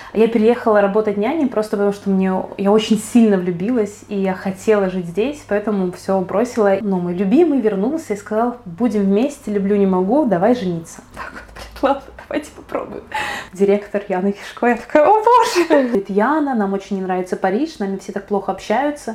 Я переехала работать няней просто потому, что я очень сильно влюбилась, и я хотела жить здесь, поэтому все бросила. Но мой любимый вернулся и сказал: будем вместе, люблю, не могу, давай жениться. Так вот, ладно, давайте попробуем. Директор Яна Кишко, я такая: о боже! Говорит: Яна, нам очень не нравится Париж, с нами все так плохо общаются.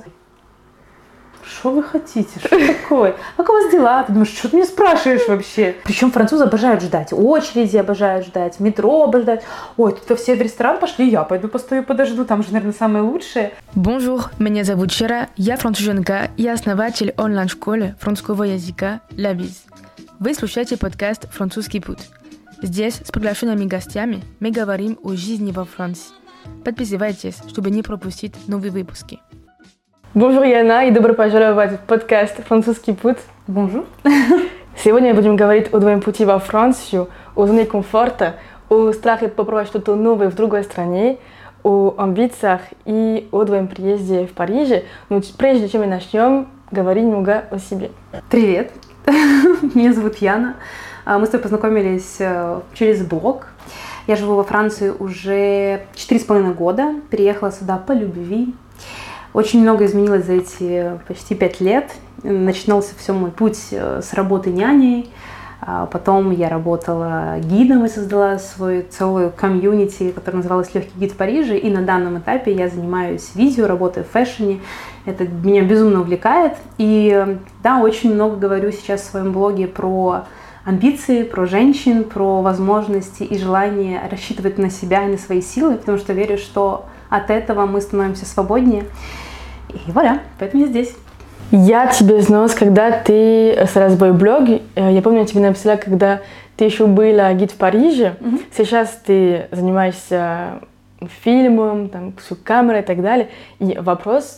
Что вы хотите? Что такое? Как у вас дела? Ты думаешь, что ты меня спрашиваешь вообще? Причем французы обожают ждать, очереди обожают ждать, метро обожают. Ой, тут все в ресторан пошли, я пойду постою, подожду, там же, наверное, самое лучшее. Bonjour, меня зовут Шера, я француженка и основатель онлайн-школы французского языка La Bise. Вы слушаете подкаст «Французский путь». Здесь с приглашенными гостями мы говорим о жизни во Франции. Подписывайтесь, чтобы не пропустить новые выпуски. Bonjour Яна и добро пожаловать в подкаст «Французский путь». Bonjour. Сегодня мы будем говорить о твоем пути во Францию, о зоне комфорта, о страхе попробовать что-то новое в другой стране, о амбициях и о твоем приезде в Париже. Но прежде чем мы начнем, говори немного о себе. Привет, меня зовут Яна. Мы с тобой познакомились через блог. Я живу во Франции уже 4,5 года, переехала сюда по любви. Очень много изменилось за эти почти 5 лет. Начинался все мой путь с работы няней. Потом я работала гидом и создала свою целую комьюнити, которая называлась «Легкий гид в Париже». И на данном этапе я занимаюсь видео, работаю в фэшне. Это меня безумно увлекает. И да, очень много говорю сейчас в своем блоге про амбиции, про женщин, про возможности и желание рассчитывать на себя и на свои силы, потому что верю, что от этого мы становимся свободнее. И вуаля, поэтому я здесь. Я тебя знала, когда ты создала свой блог. Я помню, я тебе написала, когда ты еще была гид в Париже. Сейчас ты занимаешься фильмом, там, с камерой и так далее. И вопрос,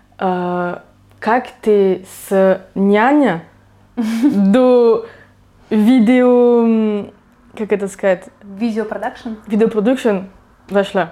как ты с няня до видео, как это сказать? Видеопродакшн. Видеопродакшн вошла.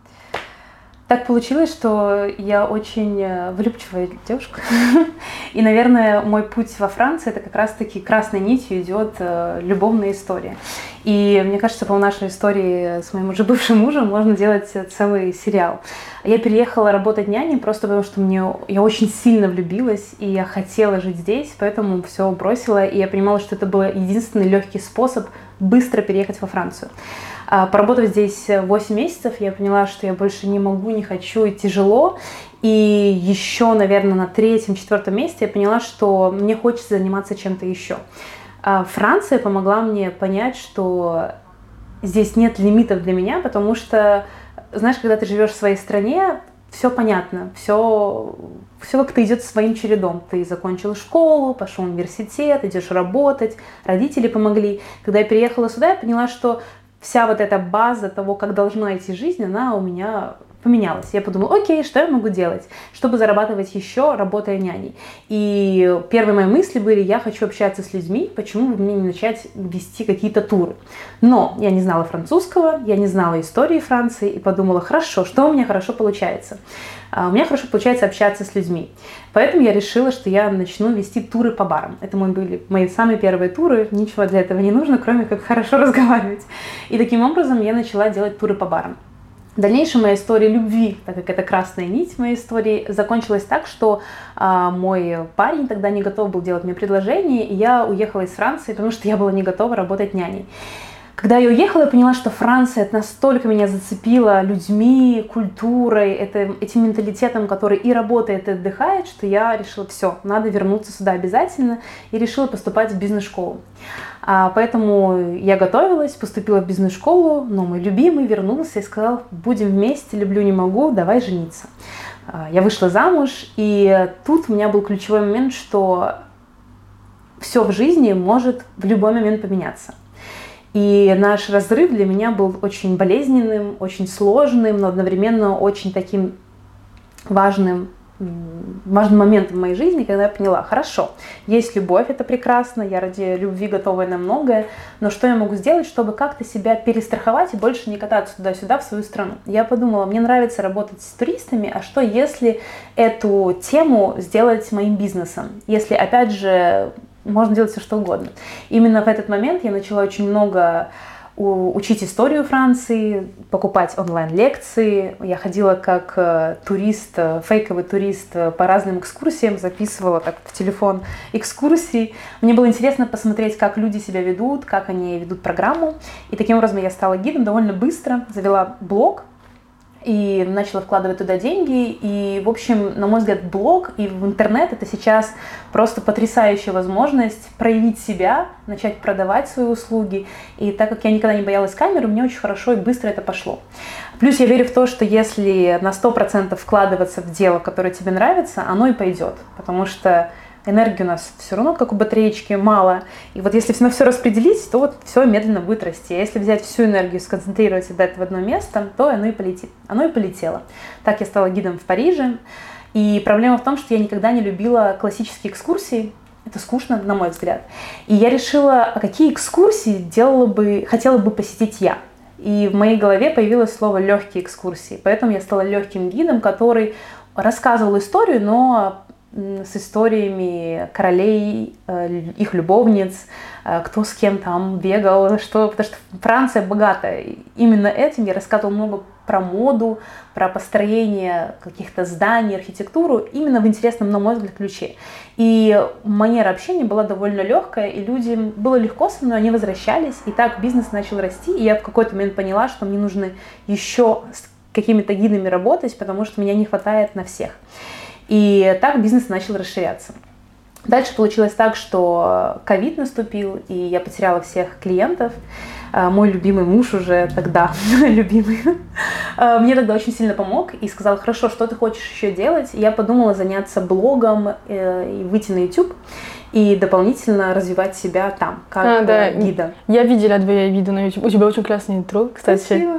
Так получилось, что я очень влюбчивая девушка. И, наверное, мой путь во Франции — это как раз-таки красной нитью идет любовная история. И мне кажется, по нашей истории с моим уже бывшим мужем можно делать целый сериал. Я переехала работать няней просто потому, что я очень сильно влюбилась, и я хотела жить здесь, поэтому все бросила. И я понимала, что это был единственный легкий способ быстро переехать во Францию. Поработав здесь 8 месяцев, я поняла, что я больше не могу, не хочу, и тяжело. И еще, наверное, на 3-4 месяце я поняла, что мне хочется заниматься чем-то еще. Франция помогла мне понять, что здесь нет лимитов для меня, потому что, знаешь, когда ты живешь в своей стране, все понятно, все как-то идет своим чередом. Ты закончил школу, пошел в университет, идешь работать, родители помогли. Когда я переехала сюда, я поняла, что вся вот эта база того, как должна идти жизнь, она у меня поменялась. Я подумала: окей, что я могу делать, чтобы зарабатывать еще, работая няней? И первые мои мысли были: я хочу общаться с людьми, почему бы мне не начать вести какие-то туры? Но я не знала французского, я не знала истории Франции, и подумала: хорошо, что у меня хорошо получается? У меня хорошо получается общаться с людьми. Поэтому я решила, что я начну вести туры по барам. Это были мои самые первые туры, ничего для этого не нужно, кроме как хорошо разговаривать. И таким образом я начала делать туры по барам. В дальнейшем моя история любви, так как это красная нить моей истории, закончилась так, что мой парень тогда не готов был делать мне предложение, и я уехала из Франции, потому что я была не готова работать няней. Когда я уехала, я поняла, что Франция настолько меня зацепила людьми, культурой, этим менталитетом, который и работает, и отдыхает, что я решила: все, надо вернуться сюда обязательно, и решила поступать в бизнес-школу. Поэтому я готовилась, поступила в бизнес-школу, но мой любимый вернулся и сказал: будем вместе, люблю, не могу, давай жениться. Я вышла замуж, и тут у меня был ключевой момент, что все в жизни может в любой момент поменяться. И наш разрыв для меня был очень болезненным, очень сложным, но одновременно очень таким важным моментом в моей жизни, когда я поняла: хорошо, есть любовь, это прекрасно, я ради любви готова на многое, но что я могу сделать, чтобы как-то себя перестраховать и больше не кататься туда-сюда в свою страну? Я подумала: мне нравится работать с туристами, а что если эту тему сделать моим бизнесом? Если, опять же, можно делать все, что угодно. Именно в этот момент я начала очень много учить историю Франции, покупать онлайн-лекции. Я ходила как турист, фейковый турист по разным экскурсиям, записывала так в телефон экскурсии. Мне было интересно посмотреть, как люди себя ведут, как они ведут программу. И таким образом я стала гидом довольно быстро, завела блог и начала вкладывать туда деньги. И, в общем, на мой взгляд, блог и в интернет — это сейчас просто потрясающая возможность проявить себя, начать продавать свои услуги. И так как я никогда не боялась камеры, мне очень хорошо и быстро это пошло. Плюс я верю в то, что если на 100% вкладываться в дело, которое тебе нравится, оно и пойдет. Потому что энергии у нас все равно, как у батареечки, мало. И вот если на все распределить, то вот все медленно будет расти. А если взять всю энергию, сконцентрировать и дать в одно место, то оно и полетит. Оно и полетело. Так я стала гидом в Париже. И проблема в том, что я никогда не любила классические экскурсии. Это скучно, на мой взгляд. И я решила, а какие экскурсии хотела бы посетить я. И в моей голове появилось слово «легкие экскурсии». Поэтому я стала легким гидом, который рассказывал историю, но с историями королей, их любовниц, кто с кем там бегал, потому что Франция богата. Именно этим я рассказывала много про моду, про построение каких-то зданий, архитектуру, именно в интересном, на мой взгляд, ключе. И манера общения была довольно легкая, и людям было легко со мной, они возвращались, и так бизнес начал расти, и я в какой-то момент поняла, что мне нужно еще с какими-то гидами работать, потому что меня не хватает на всех. И так бизнес начал расширяться. Дальше получилось так, что ковид наступил, и я потеряла всех клиентов. Мой любимый муж уже тогда, любимый, мне тогда очень сильно помог и сказал: хорошо, что ты хочешь еще делать? И я подумала заняться блогом и выйти на YouTube и дополнительно развивать себя там, как гида. Я видела твои видео на YouTube. У тебя очень классный интро, кстати. Спасибо.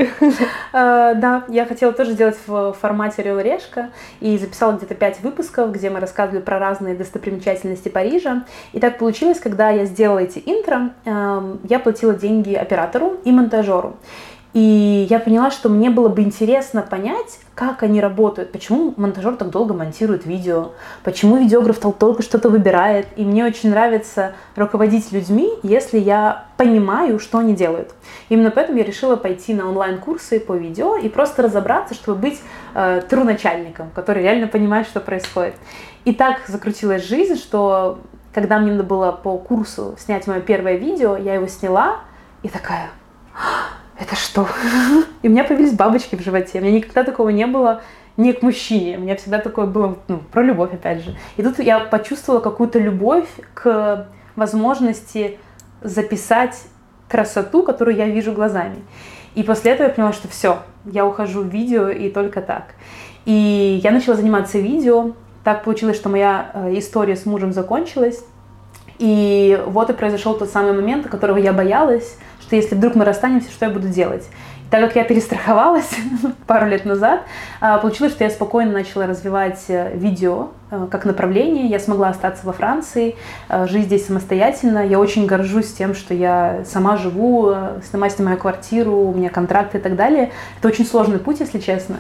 Да, я хотела тоже сделать в формате «Орел и решка» и записала где-то 5 выпусков, где мы рассказывали про разные достопримечательности Парижа. И так получилось, когда я сделала эти интро, я платила деньги оператору и монтажеру. И я поняла, что мне было бы интересно понять, как они работают, почему монтажер так долго монтирует видео, почему видеограф так долго что-то выбирает. И мне очень нравится руководить людьми, если я понимаю, что они делают. Именно поэтому я решила пойти на онлайн-курсы по видео и просто разобраться, чтобы быть true начальником, который реально понимает, что происходит. И так закрутилась жизнь, что когда мне надо было по курсу снять мое первое видео, я его сняла и такая: это что? И у меня появились бабочки в животе. У меня никогда такого не было ни к мужчине. У меня всегда такое было, про любовь, опять же. И тут я почувствовала какую-то любовь к возможности записать красоту, которую я вижу глазами. И после этого я поняла, что все, я ухожу в видео и только так. И я начала заниматься видео. Так получилось, что моя история с мужем закончилась. И вот и произошел тот самый момент, которого я боялась, что если вдруг мы расстанемся, что я буду делать. И так как я перестраховалась пару лет назад, получилось, что я спокойно начала развивать видео как направление. Я смогла остаться во Франции, жить здесь самостоятельно. Я очень горжусь тем, что я сама живу, снимаю квартиру, у меня контракты и так далее. Это очень сложный путь, если честно.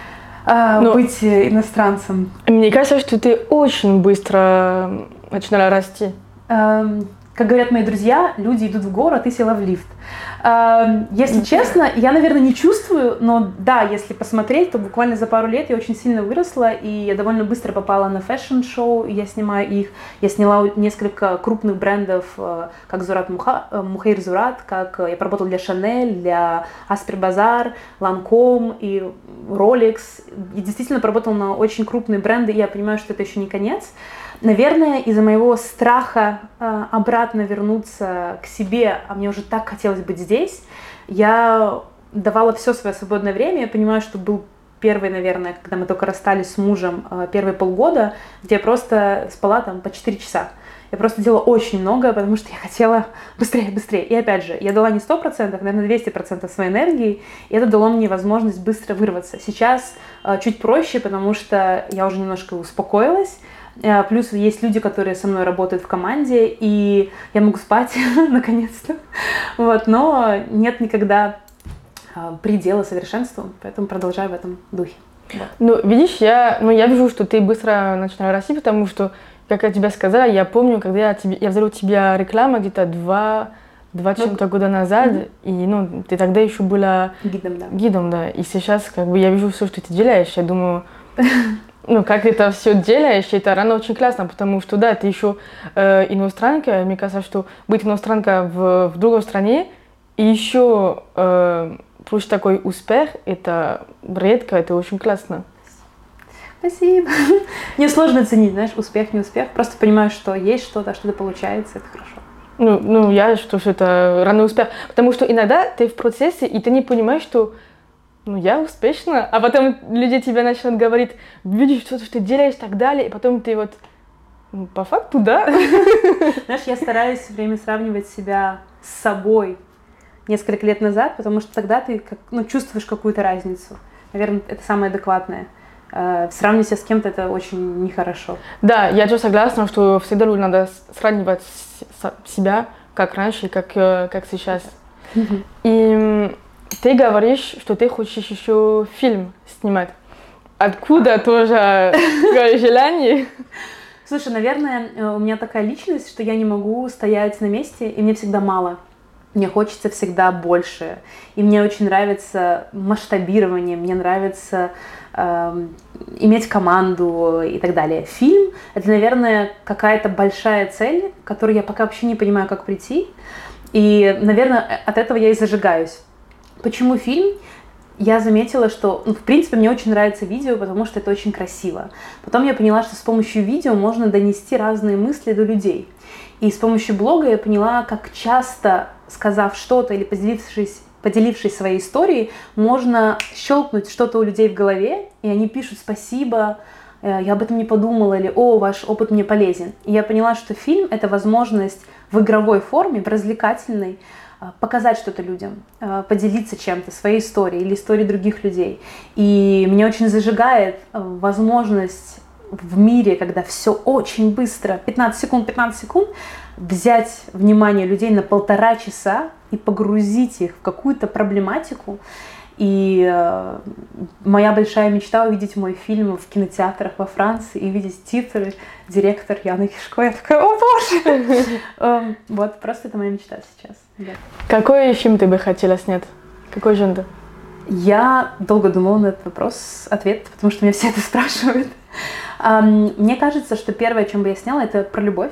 Быть иностранцем. Мне кажется, что ты очень быстро начинала расти. Как говорят мои друзья, люди идут в гору, а ты села в лифт. Если честно, я, наверное, не чувствую, но да, если посмотреть, то буквально за пару лет я очень сильно выросла, и я довольно быстро попала на фэшн-шоу, я снимаю их. Я сняла несколько крупных брендов, как Зурат Мухаир Зурат, как я поработала для Chanel, для Asper Bazaar, Lancome и Rolex. И действительно поработала на очень крупные бренды, и я понимаю, что это еще не конец. Наверное, из-за моего страха обратно вернуться к себе, а мне уже так хотелось быть здесь, я давала все свое свободное время. Я понимаю, что был первый, наверное, когда мы только расстались с мужем, первые полгода, где я просто спала там по 4 часа. Я просто делала очень много, потому что я хотела быстрее. И опять же, я дала не 100%, наверное, 200% своей энергии, и это дало мне возможность быстро вырваться. Сейчас чуть проще, потому что я уже немножко успокоилась. Плюс есть люди, которые со мной работают в команде, и я могу спать наконец-то. Вот, но нет никогда предела совершенству, поэтому продолжаю в этом духе. Вот. Ну, видишь, я вижу, что ты быстро начала расти, потому что, как я тебе сказала, я помню, когда я взяла у тебя рекламу где-то 2 чем-то года назад, и, ну, ты тогда еще была Гидом, да. Гидом, да. И сейчас, как бы, я вижу все, что ты делаешь, я думаю, ну, как это все делаешь, это рано очень классно, потому что, да, ты еще иностранка, мне кажется, что быть иностранка в другой стране, и еще получить такой успех, это редко, это очень классно. Спасибо. Мне сложно оценить, знаешь, успех, не успех. Просто понимаю, что есть что-то, что-то получается, это хорошо. Ну, я что это рано успех. Потому что иногда ты в процессе, и ты не понимаешь, что ну, я успешна, а потом люди тебе начнут говорить, видишь, что ты делаешь и так далее, и потом ты вот, ну, по факту, да. Знаешь, я стараюсь все время сравнивать себя с собой несколько лет назад, потому что тогда ты чувствуешь какую-то разницу. Наверное, это самое адекватное. Сравнивать себя с кем-то — это очень нехорошо. Да, я тоже согласна, что всегда надо сравнивать себя как раньше, как сейчас. И ты говоришь, что ты хочешь еще фильм снимать. Откуда тоже желание? Слушай, наверное, у меня такая личность, что я не могу стоять на месте, и мне всегда мало. Мне хочется всегда больше. И мне очень нравится масштабирование, мне нравится иметь команду и так далее. Фильм — это, наверное, какая-то большая цель, к которой я пока вообще не понимаю, как прийти. И, наверное, от этого я и зажигаюсь. Почему фильм? Я заметила, что, в принципе, мне очень нравится видео, потому что это очень красиво. Потом я поняла, что с помощью видео можно донести разные мысли до людей. И с помощью блога я поняла, как часто, сказав что-то или поделившись своей историей, можно щелкнуть что-то у людей в голове, и они пишут «спасибо», «я об этом не подумала» или «о, ваш опыт мне полезен». И я поняла, что фильм — это возможность в игровой форме, в развлекательной, показать что-то людям, поделиться чем-то, своей историей или историей других людей. И меня очень зажигает возможность в мире, когда все очень быстро, 15 секунд, взять внимание людей на 1,5 часа и погрузить их в какую-то проблематику. И моя большая мечта — увидеть мой фильм в кинотеатрах во Франции и видеть титры «Директор Яна Гишко». Я такая: о боже! Вот, просто это моя мечта сейчас. Да. Какой фильм ты бы хотела снять? Какой жанр? Я долго думала на этот вопрос, ответ, потому что меня все это спрашивают. Мне кажется, что первое, о чем бы я сняла, это про любовь.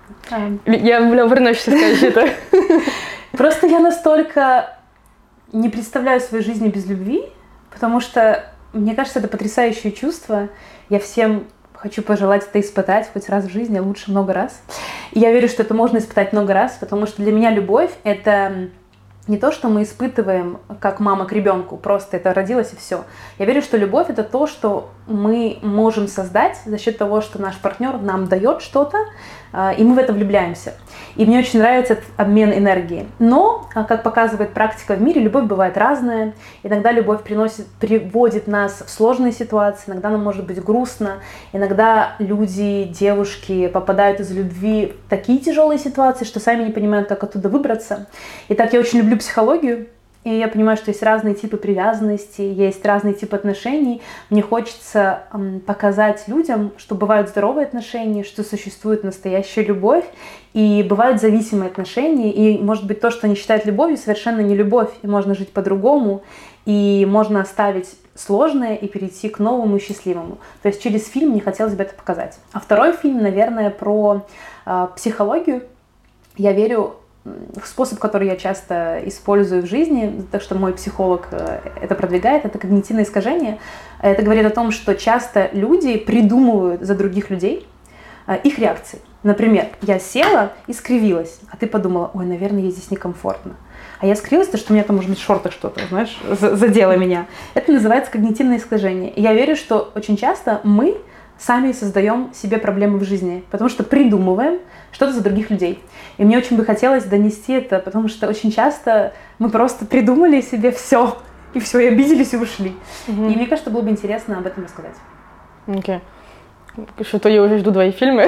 Я была уверена, что скажешь это. Просто я настолько не представляю своей жизни без любви, потому что, мне кажется, это потрясающее чувство. Я всем хочу пожелать это испытать хоть раз в жизни, а лучше много раз. И я верю, что это можно испытать много раз, потому что для меня любовь — это не то, что мы испытываем, как мама к ребенку, просто это родилось и все. Я верю, что любовь — это то, что мы можем создать за счет того, что наш партнер нам дает что-то, и мы в это влюбляемся. И мне очень нравится этот обмен энергией. Но, как показывает практика в мире, любовь бывает разная. Иногда любовь приводит нас в сложные ситуации, иногда нам может быть грустно, иногда люди, девушки попадают из любви в такие тяжелые ситуации, что сами не понимают, как оттуда выбраться. Итак, я очень люблю психологию. И я понимаю, что есть разные типы привязанности, есть разные типы отношений. Мне хочется показать людям, что бывают здоровые отношения, что существует настоящая любовь, и бывают зависимые отношения. И, может быть, то, что они считают любовью, совершенно не любовь, и можно жить по-другому, и можно оставить сложное и перейти к новому и счастливому. То есть через фильм мне хотелось бы это показать. А второй фильм, наверное, про психологию. Я верю в способ, который я часто использую в жизни, так что мой психолог это продвигает, это когнитивное искажение. Это говорит о том, что часто люди придумывают за других людей их реакции. Например, я села и скривилась, а ты подумала: ой, наверное, ей здесь некомфортно. А я скривилась, потому что у меня там, может быть, в шортах что-то, знаешь, задело меня. Это называется когнитивное искажение. И я верю, что очень часто мы сами создаем себе проблемы в жизни, потому что придумываем что-то за других людей. И мне очень бы хотелось донести это, потому что очень часто мы просто придумали себе все, и обиделись, и ушли. И мне кажется, было бы интересно об этом рассказать. Окей. Что-то я уже жду твои фильмы.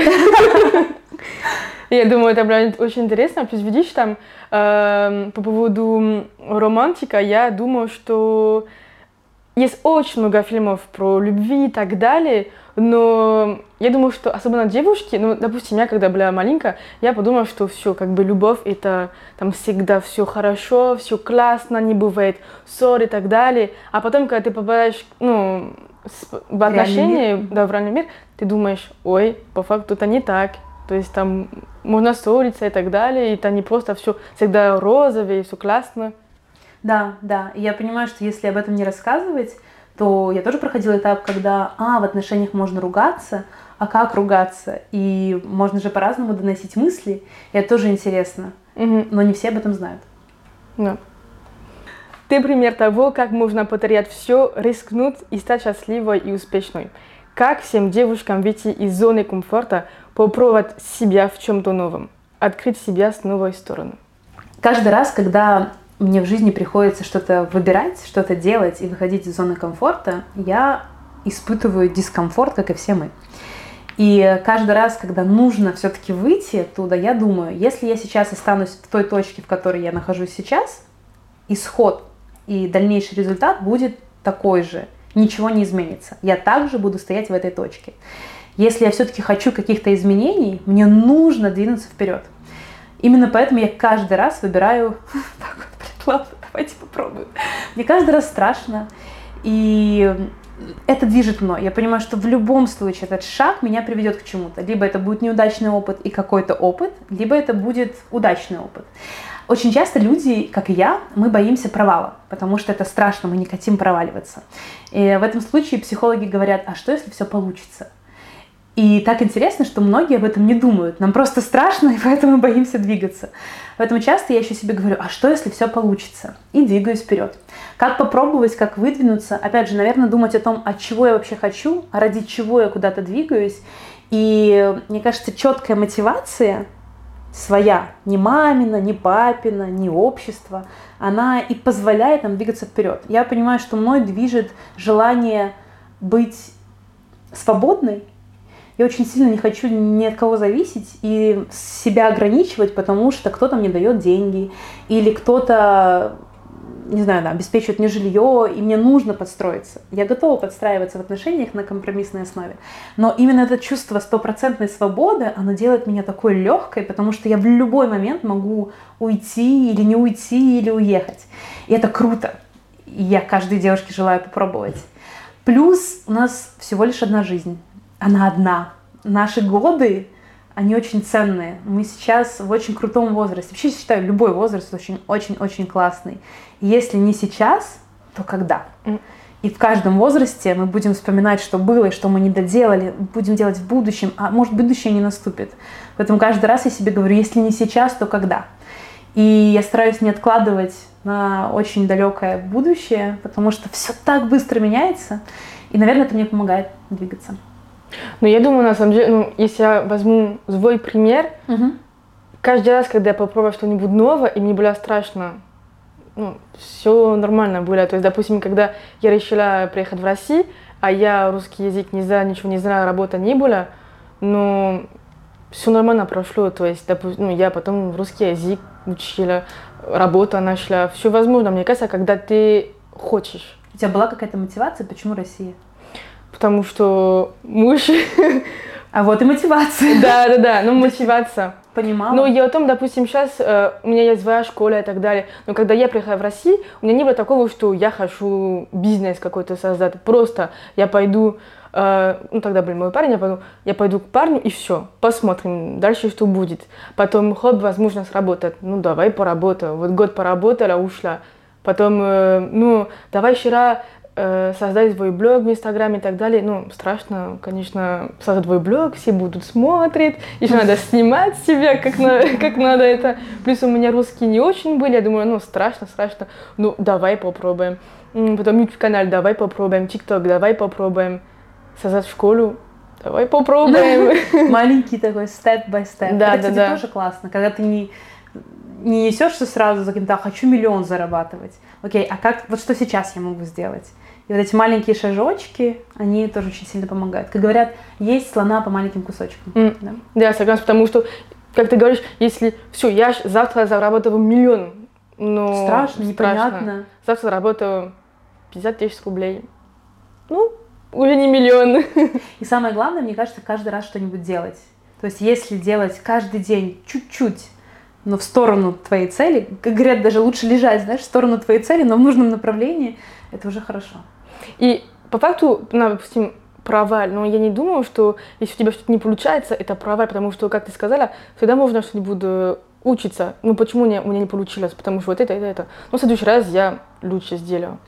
Я думаю, это будет очень интересно. Плюс, видишь, там по поводу романтика, я думаю, что есть очень много фильмов про любви и так далее, но я думаю, что особенно девушки, ну, допустим, я когда была маленькая, я подумала, что все, как бы любовь, это там всегда все хорошо, все классно, не бывает ссор и так далее. А потом, когда ты попадаешь, ну, в отношения, да, в реальный мир, ты думаешь, ой, по факту это не так. То есть там можно ссориться и так далее, и это не просто все всегда розовое и все классно. Да, да. И я понимаю, что если об этом не рассказывать, то я тоже проходила этап, когда, в отношениях можно ругаться, а как ругаться? И можно же по-разному доносить мысли, и это тоже интересно. Но не все об этом знают. Да. Ты пример того, как можно потерять все, рискнуть и стать счастливой и успешной. Как всем девушкам выйти из зоны комфорта, попробовать себя в чем-то новом, открыть себя с новой стороны. Каждый раз, когда мне в жизни приходится что-то выбирать, что-то делать и выходить из зоны комфорта, я испытываю дискомфорт, как и все мы. И каждый раз, когда нужно все-таки выйти оттуда, я думаю, если я сейчас останусь в той точке, в которой я нахожусь сейчас, исход и дальнейший результат будет такой же, ничего не изменится. Я также буду стоять в этой точке. Если я все-таки хочу каких-то изменений, мне нужно двинуться вперед. Именно поэтому я каждый раз выбираю... Так вот, ладно, давайте попробуем. Мне каждый раз страшно, и это движет мной. Я понимаю, что в любом случае этот шаг меня приведет к чему-то. Либо это будет неудачный опыт и какой-то опыт, либо это будет удачный опыт. Очень часто люди, как и я, мы боимся провала, потому что это страшно, мы не хотим проваливаться. И в этом случае психологи говорят, а что, если все получится? И так интересно, что многие об этом не думают. Нам просто страшно, и поэтому мы боимся двигаться. Поэтому часто я еще себе говорю, а что, если все получится? И двигаюсь вперед. Как попробовать, как выдвинуться? Опять же, наверное, думать о том, от чего я вообще хочу, а ради чего я куда-то двигаюсь. И мне кажется, четкая мотивация своя, не мамина, не папина, не общество, она и позволяет нам двигаться вперед. Я понимаю, что мной движет желание быть свободной. Я очень сильно не хочу ни от кого зависеть и себя ограничивать, потому что кто-то мне дает деньги, или кто-то, не знаю, обеспечивает мне жилье, и мне нужно подстроиться. Я готова подстраиваться в отношениях на компромиссной основе. Но именно это чувство стопроцентной свободы, оно делает меня такой легкой, потому что я в любой момент могу уйти или не уйти, или уехать. И это круто. И я каждой девушке желаю попробовать. Плюс у нас всего лишь одна жизнь. Она одна. Наши годы, они очень ценные. Мы сейчас в очень крутом возрасте. Вообще, я считаю, любой возраст очень-очень-очень классный. И если не сейчас, то когда? И в каждом возрасте мы будем вспоминать, что было и что мы не доделали, будем делать в будущем, а может, будущее не наступит. Поэтому каждый раз я себе говорю, если не сейчас, то когда? И я стараюсь не откладывать на очень далекое будущее, потому что все так быстро меняется. И, наверное, это мне помогает двигаться. Ну, я думаю, на самом деле, если я возьму свой пример, каждый раз, когда я попробовала что-нибудь новое, и мне было страшно, все нормально было. То есть, допустим, когда я решила приехать в Россию, а я русский язык не знаю, ничего не знаю, работы не было, но все нормально прошло. То есть, допустим, я потом русский язык учила, работу нашла, все возможно. Мне кажется, когда ты хочешь. У тебя была какая-то мотивация? Почему Россия? Потому что муж... А вот и мотивация. Да, мотивация. Понимала. Ну, я о том, допустим, сейчас у меня есть своя школа и так далее, но когда я приехала в Россию, у меня не было такого, что я хочу бизнес какой-то создать. Просто я пойду, тогда был мой парень, я пойду к парню и все, посмотрим дальше, что будет. Потом, возможность работать, давай поработаю. Вот год поработала, ушла. Потом, давай вчера создать свой блог в Инстаграме и так далее. Страшно, конечно, создать свой блог, все будут смотреть, еще надо снимать себя, как надо это. Плюс у меня русские не очень были, я думаю, страшно, давай попробуем. Потом YouTube-канал, давай попробуем, TikTok, давай попробуем. Создать школу, давай попробуем. Маленький такой, степ-бай-степ. Да, это, кстати, тоже классно, когда ты не несешься сразу за кем-то, хочу 1 000 000 зарабатывать. Окей, а вот что сейчас я могу сделать? И вот эти маленькие шажочки, они тоже очень сильно помогают. Как говорят, есть слона по маленьким кусочкам. Да, согласна, потому что, как ты говоришь, если все, я завтра заработаю 1 000 000, страшно, непонятно. Завтра заработаю 50 тысяч рублей. Ну, уже не миллион. И самое главное, мне кажется, каждый раз что-нибудь делать. То есть если делать каждый день чуть-чуть, но в сторону твоей цели, как говорят, даже лучше лежать, знаешь, в сторону твоей цели, но в нужном направлении, это уже хорошо. И по факту, допустим, провал, но я не думаю, что если у тебя что-то не получается, это провал, потому что, как ты сказала, всегда можно что-нибудь учиться. Ну почему у меня не получилось? Потому что вот это. Но в следующий раз я лучше сделаю.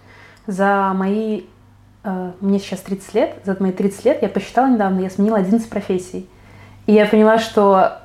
Мне сейчас 30 лет, за мои 30 лет я посчитала недавно, я сменила 11 профессий. И я поняла, что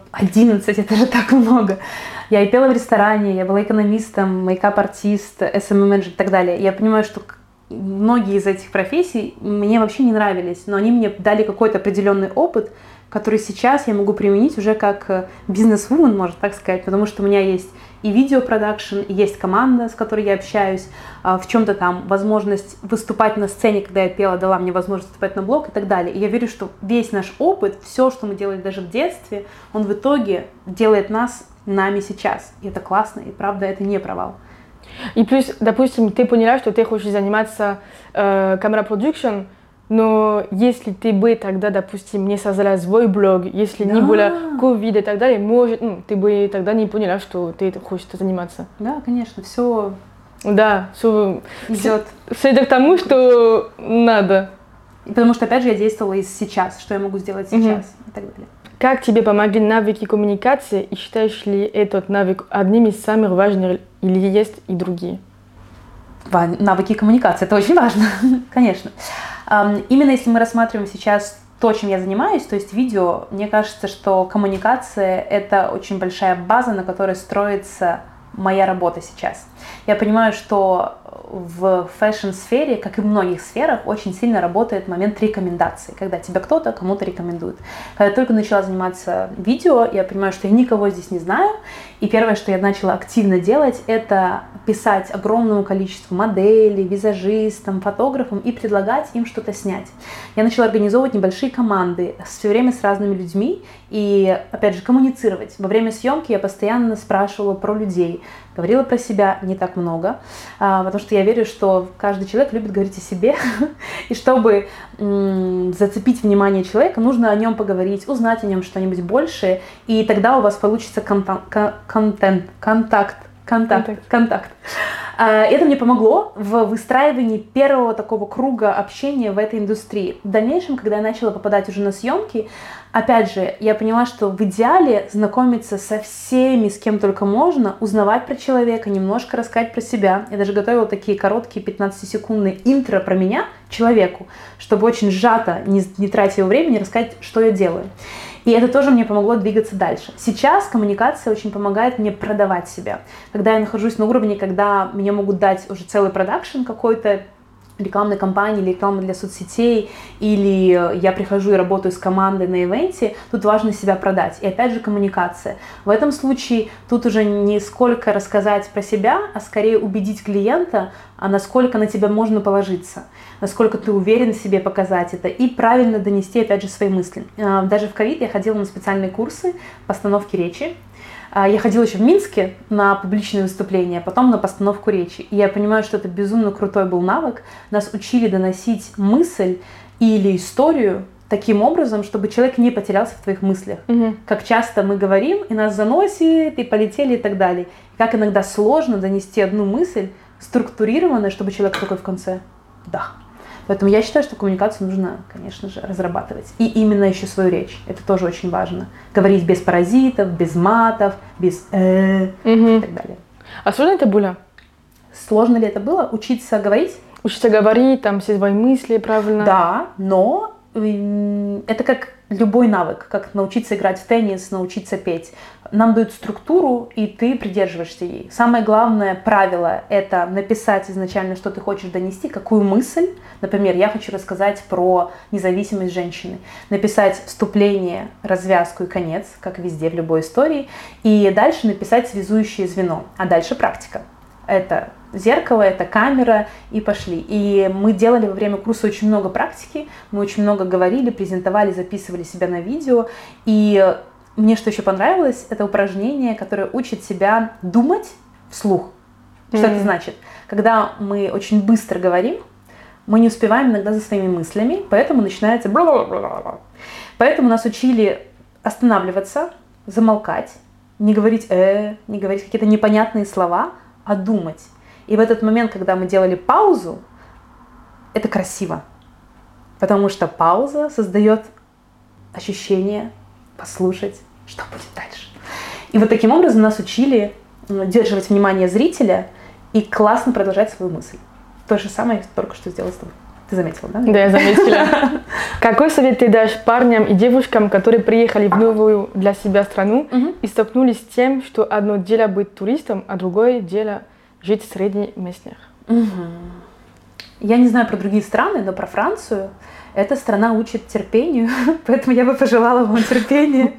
11 это же так много. Я и пела в ресторане, я была экономистом, мейкап-артист, SMM-менеджер и так далее. Я понимаю, что многие из этих профессий мне вообще не нравились, но они мне дали какой-то определенный опыт, который сейчас я могу применить уже как бизнес-вумен, можно так сказать, потому что у меня есть и видеопродакшн, и есть команда, с которой я общаюсь, в чем-то там возможность выступать на сцене, когда я пела, дала мне возможность выступать на блог и так далее. И я верю, что весь наш опыт, все, что мы делали даже в детстве, он в итоге делает нас нами сейчас. И это классно, и правда, это не провал. И плюс, допустим, ты поняла, что ты хочешь заниматься камера-продакшн, но если ты бы тогда, допустим, не создала свой блог, если не было ковида и так далее, может, ты бы тогда не поняла, что ты хочешь заниматься. Да, конечно, все. Да, все идет. Все идет к тому, что надо. Потому что, опять же, я действовала и сейчас, что я могу сделать сейчас и так далее. Как тебе помогли навыки коммуникации, и считаешь ли этот навык одним из самых важных, или есть и другие? Навыки коммуникации, это очень важно, конечно. Именно если мы рассматриваем сейчас то, чем я занимаюсь, то есть видео, мне кажется, что коммуникация – это очень большая база, на которой строится моя работа сейчас. Я понимаю, что в фэшн-сфере, как и в многих сферах, очень сильно работает момент рекомендации, когда тебя кто-то кому-то рекомендует. Когда я только начала заниматься видео, я понимаю, что я никого здесь не знаю, и первое, что я начала активно делать, это писать огромному количеству моделей, визажистам, фотографам и предлагать им что-то снять. Я начала организовывать небольшие команды, все время с разными людьми и, опять же, коммуницировать. Во время съемки я постоянно спрашивала про людей, говорила про себя не так много, потому что я верю, что каждый человек любит говорить о себе, и чтобы зацепить внимание человека, нужно о нем поговорить, узнать о нем что-нибудь большее, и тогда у вас получится контакт. Это мне помогло в выстраивании первого такого круга общения в этой индустрии. В дальнейшем, когда я начала попадать уже на съемки, опять же, я поняла, что в идеале знакомиться со всеми, с кем только можно, узнавать про человека, немножко рассказать про себя. Я даже готовила такие короткие 15-секундные интро про меня человеку, чтобы очень сжато, не тратя его времени, рассказать, что я делаю. И это тоже мне помогло двигаться дальше. Сейчас коммуникация очень помогает мне продавать себя. Когда я нахожусь на уровне, когда мне могут дать уже целый продакшн какой-то, рекламной кампании или рекламы для соцсетей, или я прихожу и работаю с командой на ивенте, тут важно себя продать. И опять же коммуникация. В этом случае тут уже не сколько рассказать про себя, а скорее убедить клиента, а насколько на тебя можно положиться, насколько ты уверен в себе показать это и правильно донести, опять же, свои мысли. Даже в ковид я ходила на специальные курсы постановки речи. Я ходила еще в Минске на публичные выступления, потом на постановку речи. И я понимаю, что это безумно крутой был навык. Нас учили доносить мысль или историю таким образом, чтобы человек не потерялся в твоих мыслях. Как часто мы говорим, и нас заносит, и полетели, и так далее. И как иногда сложно донести одну мысль структурированно, чтобы человек такой в конце «да». Поэтому я считаю, что коммуникацию нужно, конечно же, разрабатывать. И именно еще свою речь. Это тоже очень важно. Говорить без паразитов, без матов, без и так далее. А сложно это было? Сложно ли это было? Учиться говорить? Учиться говорить, там, все свои мысли правильно? Да, но это как любой навык, как научиться играть в теннис, научиться петь. Нам дают структуру, и ты придерживаешься ей. Самое главное правило – это написать изначально, что ты хочешь донести, какую мысль. Например, я хочу рассказать про независимость женщины. Написать вступление, развязку и конец, как везде в любой истории. И дальше написать связующее звено. А дальше практика. Это зеркало, это камера, и пошли. И мы делали во время курса очень много практики, мы очень много говорили, презентовали, записывали себя на видео. И мне что еще понравилось, это упражнение, которое учит себя думать вслух. Что это значит? Когда мы очень быстро говорим, мы не успеваем иногда за своими мыслями, поэтому начинается бла-бла-бла-бла. Поэтому нас учили останавливаться, замолкать, не говорить не говорить какие-то непонятные слова, а думать. И в этот момент, когда мы делали паузу, это красиво. Потому что пауза создает ощущение послушать, что будет дальше. И вот таким образом нас учили удерживать внимание зрителя и классно продолжать свою мысль. То же самое я только что сделала с тобой. Ты заметила, да? Да, я заметила. Какой совет ты дашь парням и девушкам, которые приехали в новую для себя страну и столкнулись с тем, что одно дело быть туристом, а другое дело жить среди местных? Я не знаю про другие страны, но про Францию. Эта страна учит терпению, поэтому я бы пожелала вам терпения.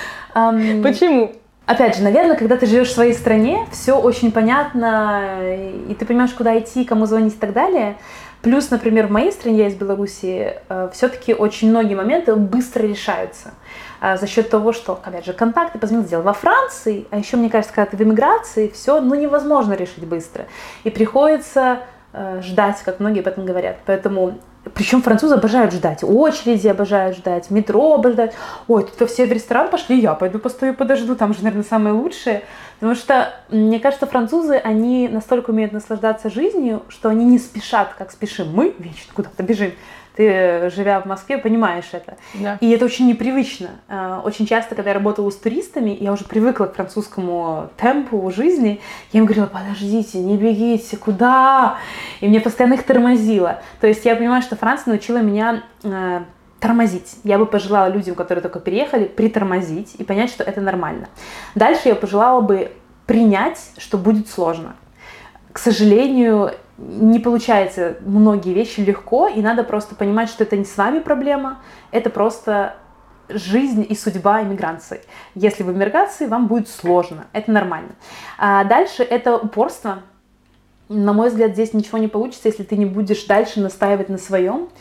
Почему? Опять же, наверное, когда ты живешь в своей стране, все очень понятно, и ты понимаешь, куда идти, кому звонить и так далее. Плюс, например, в моей стране, я из Беларуси, все-таки очень многие моменты быстро решаются. За счет того, что, опять же, контакты позвонил, сделал. Во Франции, а еще, мне кажется, когда ты в эмиграции, все невозможно решить быстро. И приходится ждать, как многие об этом говорят. Поэтому, причем французы обожают ждать, очереди обожают ждать, метро обожают. Ой, тут все в ресторан пошли, я пойду постою, подожду, там же, наверное, самое лучшее. Потому что, мне кажется, французы, они настолько умеют наслаждаться жизнью, что они не спешат, как спешим мы, вечно куда-то бежим. Ты, живя в Москве, понимаешь это. Да. И это очень непривычно. Очень часто, когда я работала с туристами, я уже привыкла к французскому темпу жизни, я им говорила: подождите, не бегите, куда? И мне постоянно их тормозило. То есть я понимаю, что Франция научила меня тормозить. Я бы пожелала людям, которые только переехали, притормозить и понять, что это нормально. Дальше я пожелала бы принять, что будет сложно. К сожалению, не получается многие вещи легко, и надо просто понимать, что это не с вами проблема, это просто жизнь и судьба иммиграции. Если вы в эмиграции, вам будет сложно, это нормально. А дальше это упорство. На мой взгляд, здесь ничего не получится, если ты не будешь дальше настаивать на своем.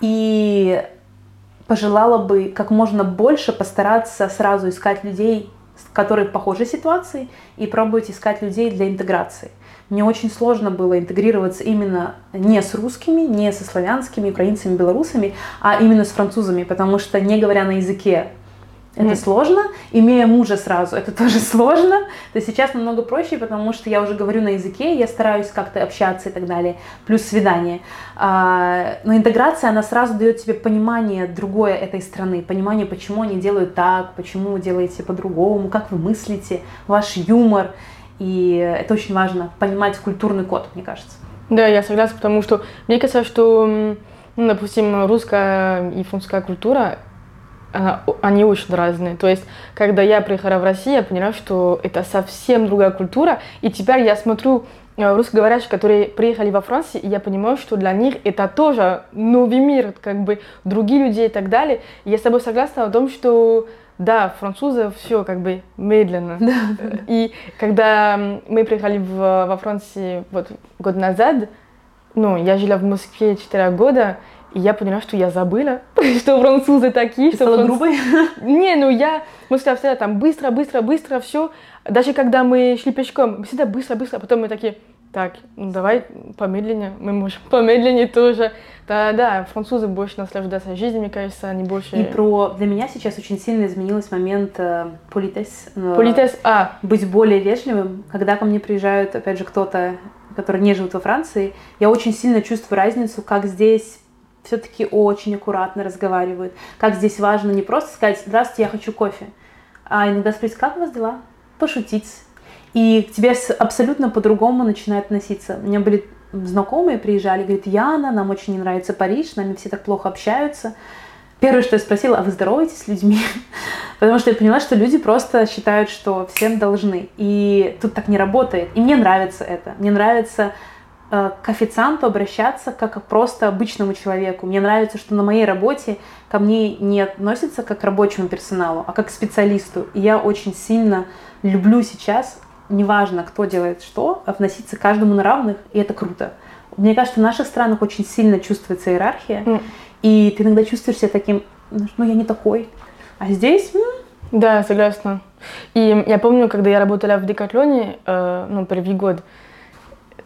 И пожелала бы как можно больше постараться сразу искать людей, которые в похожей ситуации, и пробовать искать людей для интеграции. Мне очень сложно было интегрироваться именно не с русскими, не со славянскими, украинцами, белорусами, а именно с французами, потому что, не говоря на языке, это сложно, имея мужа сразу, это тоже сложно. То есть сейчас намного проще, потому что я уже говорю на языке, я стараюсь как-то общаться и так далее, плюс свидание. Но интеграция, она сразу дает тебе понимание другое этой страны, понимание, почему они делают так, почему вы делаете по-другому, как вы мыслите, ваш юмор. И это очень важно, понимать культурный код, мне кажется. Да, я согласна, потому что мне кажется, что, допустим, русская и французская культура, они очень разные. То есть, когда я приехала в Россию, я поняла, что это совсем другая культура. И теперь я смотрю русскоговорящих, которые приехали во Францию, и я понимаю, что для них это тоже новый мир, как бы другие люди и так далее. И я с тобой согласна о том, что да, французы все как бы медленно. И когда мы приехали во Францию год назад, я жила в Москве 4 года, и я поняла, что я забыла, что французы такие. Ты стала грубой? Не, я всегда там быстро, все. Даже когда мы шли пешком, мы всегда быстро, а потом мы такие: так, давай помедленнее, мы можем помедленнее тоже. Да, французы больше наслаждаются жизнью, мне кажется, они больше... И для меня сейчас очень сильно изменился момент политес. Быть более вежливым. Когда ко мне приезжают, опять же, кто-то, который не живет во Франции, я очень сильно чувствую разницу, как здесь все-таки очень аккуратно разговаривают, как здесь важно не просто сказать: здравствуйте, я хочу кофе, а иногда спросить: как у вас дела? Пошутить. И к тебе абсолютно по-другому начинают относиться. У меня были знакомые, приезжали, говорят: Яна, нам очень не нравится Париж, с нами все так плохо общаются. Первое, что я спросила: а вы здороваетесь с людьми? Потому что я поняла, что люди просто считают, что всем должны. И тут так не работает. И мне нравится это. Мне нравится к официанту обращаться как к просто обычному человеку. Мне нравится, что на моей работе ко мне не относятся как к рабочему персоналу, а как к специалисту. И я очень сильно люблю сейчас, неважно, кто делает что, относиться к каждому на равных, и это круто. Мне кажется, в наших странах очень сильно чувствуется иерархия, и ты иногда чувствуешь себя таким: я не такой. А здесь... Да, согласна. И я помню, когда я работала в Декатлоне, первый год,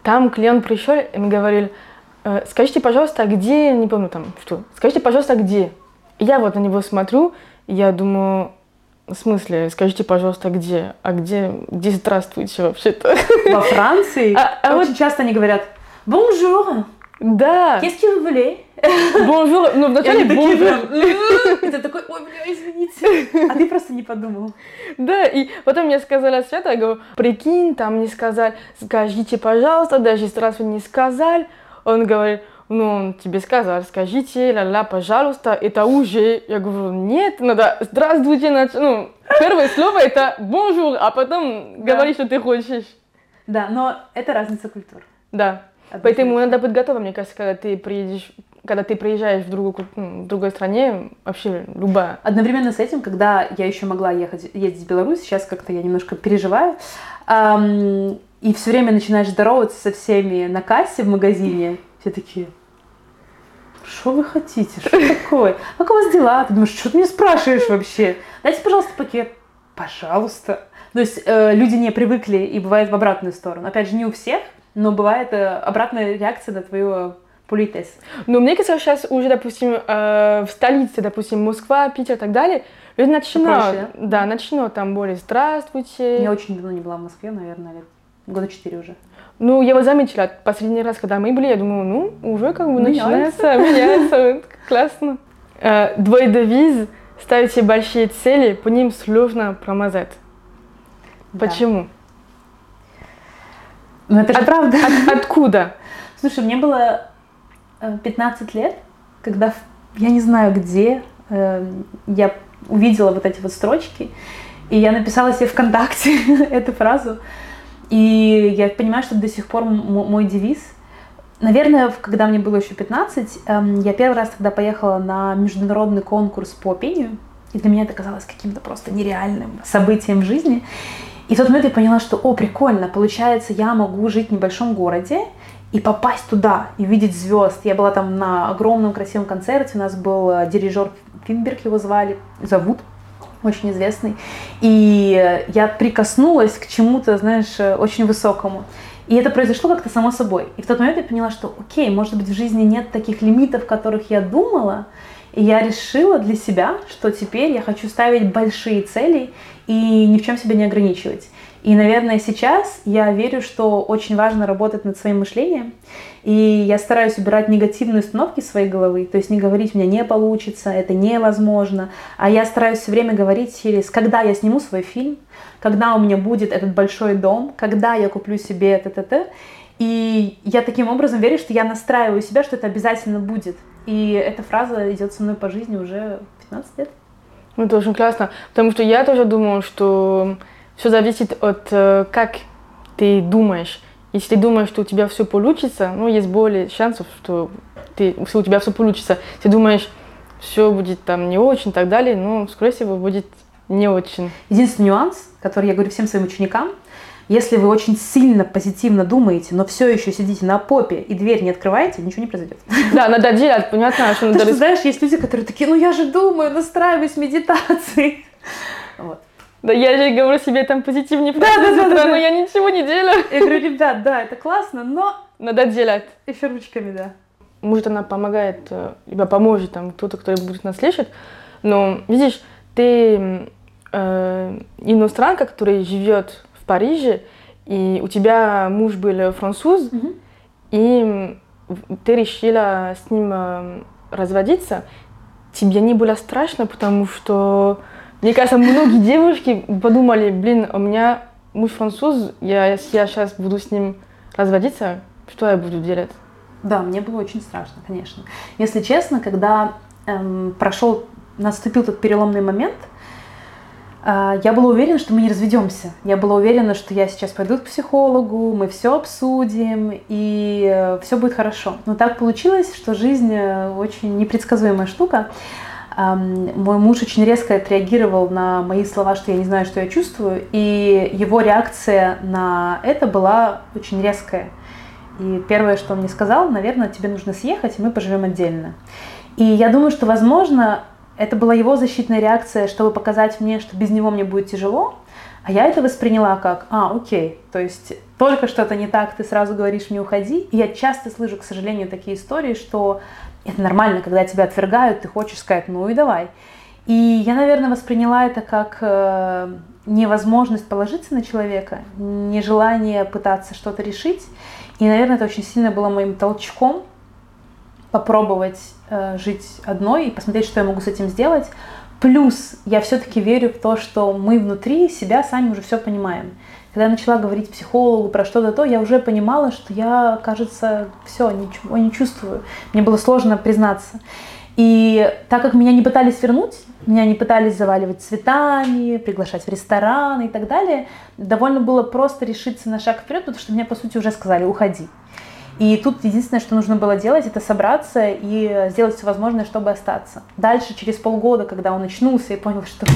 Там клиент пришел и мне говорил, скажите, пожалуйста, а где, не помню там что, скажите, пожалуйста, а где? И я вот на него смотрю, и я думаю, в смысле, скажите, пожалуйста, где? А где здравствуйте вообще-то? Во Франции очень часто они говорят «Bonjour». Да. Qu'est-ce que vous voulez? Bonjour. Ну, вначале bonjour. И ты такой, ой, бля, извините. А ты просто не подумал. Да, и потом мне сказала Света, я говорю, прикинь, там мне сказали, скажите, пожалуйста, даже здравствуйте не сказали. Он говорит, ну, он тебе сказал, скажите, ла-ла, пожалуйста, это уже. Я говорю, нет, надо здравствуйте, ну, первое слово это bonjour, а потом говори, что ты хочешь. Да, но это разница культур. Да. Поэтому надо быть готовым, мне кажется, когда ты приезжаешь в другой стране, вообще любая. Одновременно с этим, когда я еще могла ездить в Беларусь, сейчас как-то я немножко переживаю, и все время начинаешь здороваться со всеми на кассе в магазине, все такие, что вы хотите, что такое, как у вас дела? Ты думаешь, что ты меня спрашиваешь вообще? Дайте, пожалуйста, пакет. Пожалуйста. То есть люди не привыкли, и бывает в обратную сторону. Опять же, не у всех, но бывает обратная реакция на твою политес. Но мне кажется, сейчас уже, допустим, в столице, допустим, Москва, Питер и так далее, люди начинают, начинают там более «здравствуйте». Я очень давно не была в Москве, наверное, года 4 уже. Ну, я его заметила, последний раз, когда мы были, я думаю, ну, уже как бы меняется, классно. Твой девиз «Ставите большие цели, по ним сложно промазать». Почему? Ну, это же правда. Откуда? Слушай, мне было 15 лет, когда, я не знаю где, я увидела вот эти вот строчки, и я написала себе ВКонтакте эту фразу, и я понимаю, что до сих пор мой девиз. Наверное, когда мне было еще 15, я первый раз тогда поехала на международный конкурс по пению, и для меня это казалось каким-то просто нереальным событием в жизни. И в тот момент я поняла, что, прикольно, получается, я могу жить в небольшом городе и попасть туда, и видеть звезд. Я была там на огромном красивом концерте, у нас был дирижер Финберг, его зовут, очень известный. И я прикоснулась к чему-то, знаешь, очень высокому. И это произошло как-то само собой. И в тот момент я поняла, что, окей, может быть, в жизни нет таких лимитов, которых я думала, и я решила для себя, что теперь я хочу ставить большие цели и ни в чем себя не ограничивать. И, наверное, сейчас я верю, что очень важно работать над своим мышлением. И я стараюсь убирать негативные установки из своей головы. То есть не говорить, у меня не получится, это невозможно. А я стараюсь все время говорить через, когда я сниму свой фильм, когда у меня будет этот большой дом, когда я куплю себе т-т-т. И я таким образом верю, что я настраиваю себя, что это обязательно будет. И эта фраза идет со мной по жизни уже 15 лет. Ну, это очень классно, потому что я тоже думаю, что все зависит от как ты думаешь. Если ты думаешь, что у тебя все получится, ну, есть более шансов, что у тебя все получится. Если думаешь, все будет там не очень и так далее, ну, скорее всего, будет не очень. Единственный нюанс, который я говорю всем своим ученикам, если вы очень сильно позитивно думаете, но все еще сидите на попе и дверь не открываете, ничего не произойдет. Да, надо делать, понятно, что надо... Потому что, знаешь, есть люди, которые такие, ну я же думаю, настраиваюсь медитацией. Вот. Да, я же говорю себе там позитивнее, но я ничего не делаю. Я говорю, ребят, да, это классно, но... Надо делать. Еще ручками, да. Может, она помогает, либо поможет там кто-то, кто будет нас слышать, но, видишь, ты иностранка, которая живет в Париже, и у тебя муж был француз, и ты решила с ним разводиться, тебе не было страшно, потому что, мне кажется, многие девушки подумали, блин, у меня муж француз, я сейчас буду с ним разводиться, что я буду делать? Да, мне было очень страшно, конечно. Если честно, когда наступил тот переломный момент, я была уверена, что мы не разведемся. Я была уверена, что я сейчас пойду к психологу, мы все обсудим, и все будет хорошо. Но так получилось, что жизнь очень непредсказуемая штука. Мой муж очень резко отреагировал на мои слова, что я не знаю, что я чувствую, и его реакция на это была очень резкая. И первое, что он мне сказал, наверное, тебе нужно съехать, и мы поживем отдельно. И я думаю, что, возможно, это была его защитная реакция, чтобы показать мне, что без него мне будет тяжело. А я это восприняла как, окей, то есть только что-то не так, ты сразу говоришь мне уходи. И я часто слышу, к сожалению, такие истории, что это нормально, когда тебя отвергают, ты хочешь сказать, ну и давай. И я, наверное, восприняла это как невозможность положиться на человека, нежелание пытаться что-то решить. И, наверное, это очень сильно было моим толчком попробовать жить одной и посмотреть, что я могу с этим сделать. Плюс я все-таки верю в то, что мы внутри себя сами уже все понимаем. Когда я начала говорить психологу про что-то то, я уже понимала, что я, кажется, все, ничего не чувствую. Мне было сложно признаться. И так как меня не пытались вернуть, меня не пытались заваливать цветами, приглашать в рестораны и так далее, довольно было просто решиться на шаг вперед, потому что мне, по сути, уже сказали «уходи». И тут единственное, что нужно было делать, это собраться и сделать все возможное, чтобы остаться. Дальше, через полгода, когда он очнулся и понял, что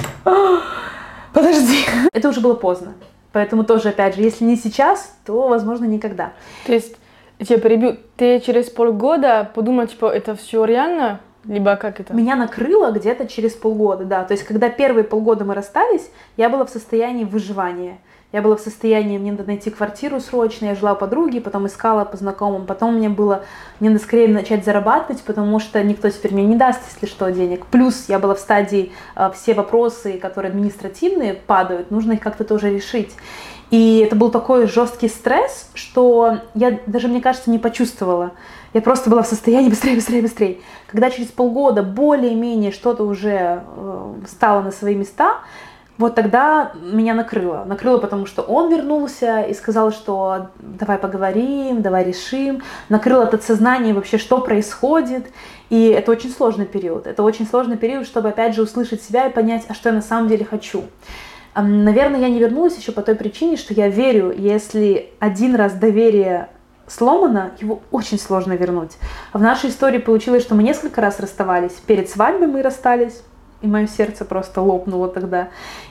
подожди, это уже было поздно. Поэтому тоже, опять же, если не сейчас, то, возможно, никогда. То есть, я тебя перебью, ты через полгода подумал, типа, это все реально? Либо как это? Меня накрыло где-то через полгода, да. То есть, когда первые полгода мы расстались, я была в состоянии выживания. Я была в состоянии, мне надо найти квартиру срочно, я жила у подруги, потом искала по знакомым, потом мне надо скорее начать зарабатывать, потому что никто теперь мне не даст, если что, денег. Плюс я была в стадии, все вопросы, которые административные падают, нужно их как-то тоже решить. И это был такой жесткий стресс, что я даже, мне кажется, не почувствовала. Я просто была в состоянии быстрее, быстрее, быстрее. Когда через полгода более-менее что-то уже стало на свои места, вот тогда меня накрыло. Накрыло, потому что он вернулся и сказал, что давай поговорим, давай решим. Накрыло от сознания вообще, что происходит. И это очень сложный период. Это очень сложный период, чтобы опять же услышать себя и понять, а что я на самом деле хочу. Наверное, я не вернулась еще по той причине, что я верю, если один раз доверие сломано, его очень сложно вернуть. В нашей истории получилось, что мы несколько раз расставались. Перед свадьбой мы расстались. И мое сердце просто лопнуло тогда.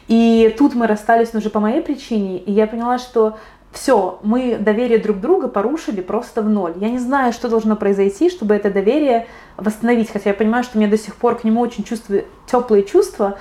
И тут мы расстались уже по моей причине, и я поняла, что все, мы доверие друг друга порушили просто в ноль. Я не знаю, что должно произойти, чтобы это доверие восстановить, хотя я понимаю, что у меня до сих пор к нему очень теплые чувства,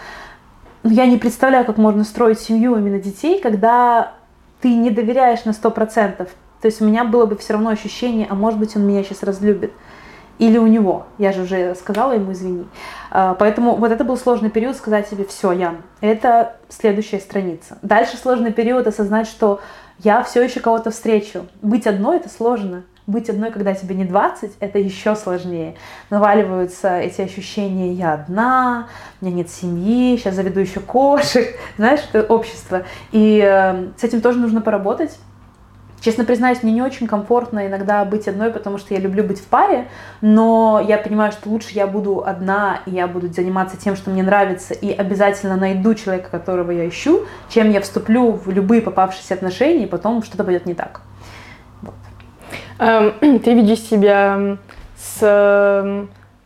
но я не представляю, как можно строить семью именно детей, когда ты не доверяешь на 100%. То есть у меня было бы все равно ощущение, а может быть он меня сейчас разлюбит. Или у него. Я же уже сказала ему извини. Поэтому вот это был сложный период сказать себе, все, Ян, это следующая страница. Дальше сложный период осознать, что я все еще кого-то встречу. Быть одной — это сложно. Быть одной, когда тебе не 20, это еще сложнее. Наваливаются эти ощущения, я одна, у меня нет семьи, сейчас заведу еще кошек. Знаешь, это общество. И с этим тоже нужно поработать. Честно признаюсь, мне не очень комфортно иногда быть одной, потому что я люблю быть в паре, но я понимаю, что лучше я буду одна, и я буду заниматься тем, что мне нравится, и обязательно найду человека, которого я ищу, чем я вступлю в любые попавшиеся отношения, и потом что-то пойдет не так. Вот. Ты видишь себя с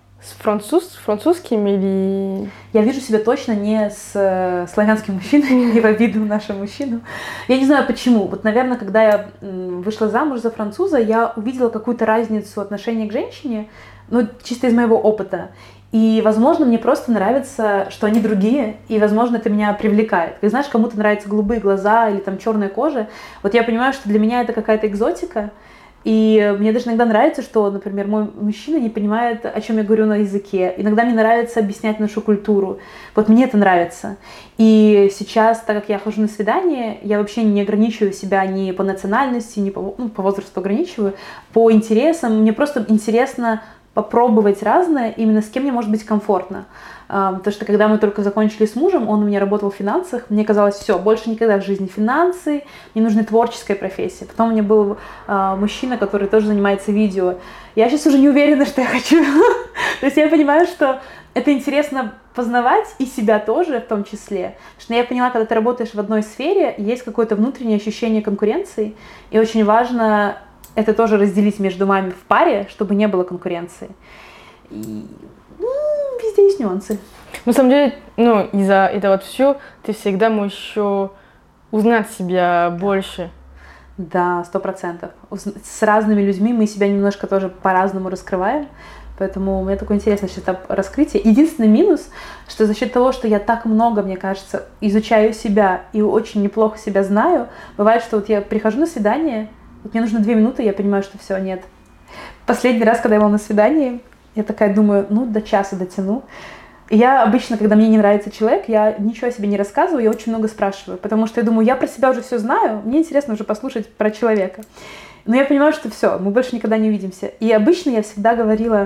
французским или... Я вижу себя точно не с славянским мужчиной, не в обиду нашему мужчину. Я не знаю почему. Вот, наверное, когда я вышла замуж за француза, я увидела какую-то разницу отношения к женщине, ну, чисто из моего опыта. И, возможно, мне просто нравится, что они другие, и, возможно, это меня привлекает. Ты знаешь, кому-то нравятся голубые глаза или там черная кожа. Вот я понимаю, что для меня это какая-то экзотика. И мне даже иногда нравится, что, например, мой мужчина не понимает, о чем я говорю на языке. Иногда мне нравится объяснять нашу культуру. Вот мне это нравится. И сейчас, так как я хожу на свидание, я вообще не ограничиваю себя ни по национальности, ни по возрасту ограничиваю, по интересам. Мне просто интересно попробовать разное, именно с кем мне может быть комфортно. Потому что когда мы только закончили с мужем, он у меня работал в финансах, мне казалось, все, больше никогда в жизни финансы, мне нужна творческая профессия. Потом у меня был мужчина, который тоже занимается видео. Я сейчас уже не уверена, что я хочу. То есть я понимаю, что это интересно познавать и себя тоже в том числе. Потому что я поняла, когда ты работаешь в одной сфере, есть какое-то внутреннее ощущение конкуренции, и очень важно это тоже разделить между вами в паре, чтобы не было конкуренции. И везде есть нюансы. На самом деле, из-за этого все ты всегда можешь еще узнать себя больше. Да, 100%. С разными людьми мы себя немножко тоже по-разному раскрываем, Поэтому у меня такое интересное сейчас этап раскрытия. Единственный минус, что за счет того, что я так много, мне кажется, изучаю себя и очень неплохо себя знаю, бывает, что вот я прихожу на свидание, вот мне нужно 2 минуты, я понимаю, что все, нет. Последний раз, когда я была на свидании, я такая думаю, ну, до часа дотяну. И я обычно, когда мне не нравится человек, я ничего о себе не рассказываю, я очень много спрашиваю, потому что я думаю, я про себя уже все знаю, мне интересно уже послушать про человека. Но я понимаю, что все, мы больше никогда не увидимся. И обычно я всегда говорила,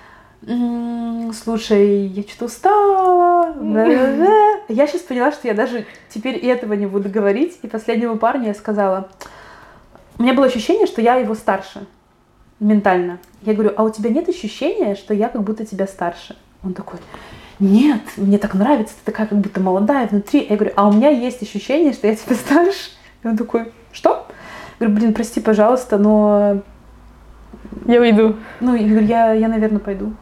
слушай, я что-то устала. Я сейчас поняла, что я даже теперь и этого не буду говорить. И последнему парню я сказала, у меня было ощущение, что я его старше ментально. Я говорю, а у тебя нет ощущения, что я как будто тебя старше? Он такой, нет, мне так нравится, ты такая как будто молодая внутри. Я говорю, а у меня есть ощущение, что я тебя старше. И он такой, что? Я говорю, блин, прости, пожалуйста, но... Я уйду. Ну, я говорю, я наверное, пойду.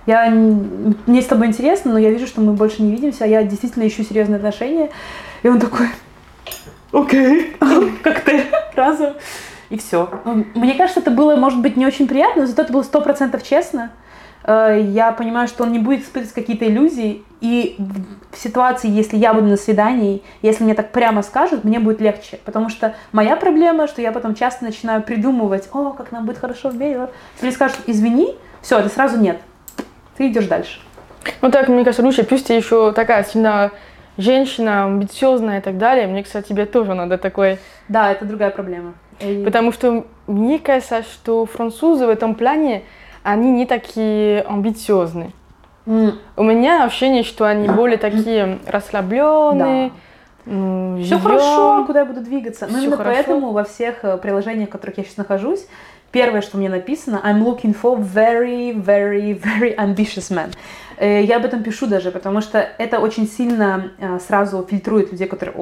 Мне с тобой интересно, но я вижу, что мы больше не видимся, а я действительно ищу серьезные отношения. И он такой, окей, как ты, разом. И все. Мне кажется, это было, может быть, не очень приятно, но зато это было 100% честно. Я понимаю, что он не будет испытывать какие-то иллюзии, и в ситуации, если я буду на свидании, если мне так прямо скажут, мне будет легче, потому что моя проблема, что я потом часто начинаю придумывать, как нам будет хорошо вместе. Если мне скажут, извини, все, это сразу нет, ты идешь дальше. Ну так, мне кажется, лучше, плюс ты еще такая сильная женщина, амбициозная и так далее, мне, кстати, тебе тоже надо такой... Да, это другая проблема. Потому что мне кажется, что французы в этом плане, они не такие амбициозные. У меня ощущение, что они более такие расслабленные. Да. Все хорошо, куда я буду двигаться. Но именно поэтому во всех приложениях, в которых я сейчас нахожусь, первое, что мне написано, I'm looking for very, very, very ambitious man. Я об этом пишу даже, потому что это очень сильно сразу фильтрует людей, которые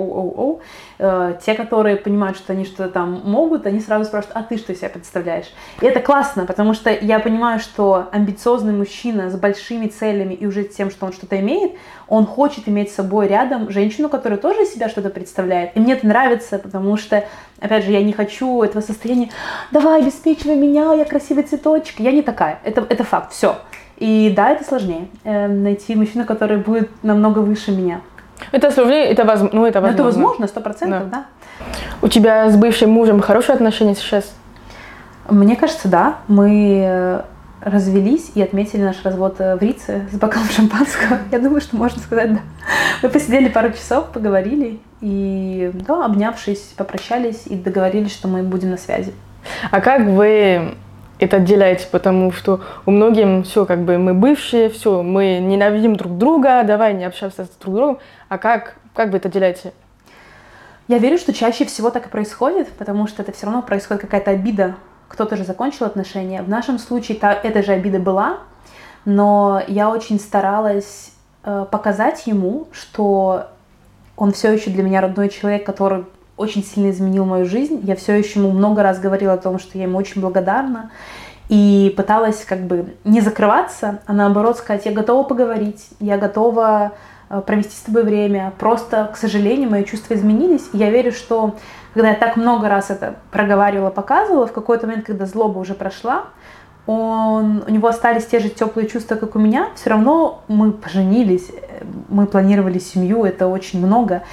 те, которые понимают, что они что-то там могут, они сразу спрашивают, а ты что из себя представляешь? И это классно, потому что я понимаю, что амбициозный мужчина с большими целями и уже тем, что он что-то имеет, он хочет иметь с собой рядом женщину, которая тоже из себя что-то представляет. И мне это нравится, потому что, опять же, я не хочу этого состояния, давай, обеспечивай меня, я красивый цветочек. Я не такая, это факт, все. И да, это сложнее, найти мужчину, который будет намного выше меня. Это сложнее, это возможно. Это возможно, 100%, да. У тебя с бывшим мужем хорошие отношения сейчас? Мне кажется, да. Мы развелись и отметили наш развод в Рице с бокалом шампанского. Я думаю, что можно сказать, да. Мы посидели пару часов, поговорили и, да, обнявшись, попрощались и договорились, что мы будем на связи. А как вы это делаете? Потому что у многих все, как бы мы бывшие, все, мы ненавидим друг друга, давай не общаемся с друг другом. А как вы это делаете? Я верю, что чаще всего так и происходит, потому что это все равно происходит какая-то обида. Кто-то же закончил отношения. В нашем случае эта же обида была, но я очень старалась показать ему, что он все еще для меня родной человек, который очень сильно изменил мою жизнь. Я все еще ему много раз говорила о том, что я ему очень благодарна. И пыталась как бы не закрываться, а наоборот сказать, я готова поговорить, я готова провести с тобой время. Просто, к сожалению, мои чувства изменились. И я верю, что когда я так много раз это проговаривала, показывала, в какой-то момент, когда злоба уже прошла, у него остались те же теплые чувства, как у меня. Все равно мы поженились, мы планировали семью, это очень много.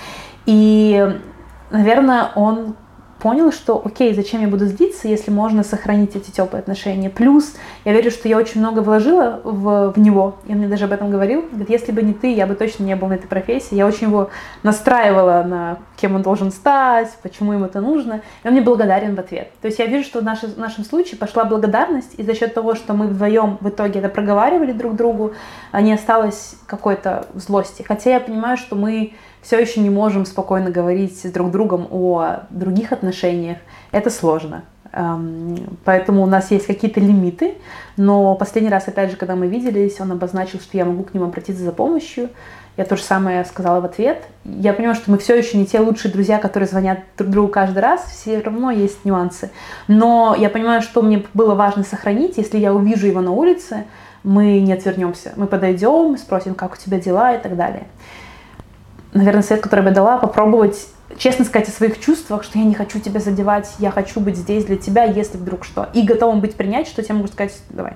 И наверное, он понял, что окей, зачем я буду злиться, если можно сохранить эти теплые отношения. Плюс я верю, что я очень много вложила в него. И он мне даже об этом говорил. Говорит, если бы не ты, я бы точно не был на этой профессии. Я очень его настраивала на кем он должен стать, почему ему это нужно. И он мне благодарен в ответ. То есть я вижу, что в нашем случае пошла благодарность, и за счет того, что мы вдвоем в итоге это проговаривали друг другу, не осталось какой-то злости. Хотя я понимаю, что мы все еще не можем спокойно говорить с друг другом о других отношениях. Это сложно. Поэтому у нас есть какие-то лимиты. Но последний раз, опять же, когда мы виделись, он обозначил, что я могу к нему обратиться за помощью. Я то же самое сказала в ответ. Я понимаю, что мы все еще не те лучшие друзья, которые звонят друг другу каждый раз. Все равно есть нюансы. Но я понимаю, что мне было важно сохранить. Если я увижу его на улице, мы не отвернемся. Мы подойдем, спросим, как у тебя дела и так далее. Наверное, совет, который я бы дала, попробовать честно сказать о своих чувствах, что я не хочу тебя задевать, я хочу быть здесь для тебя, если вдруг что. И готовым быть принять, что тебе могут сказать, давай.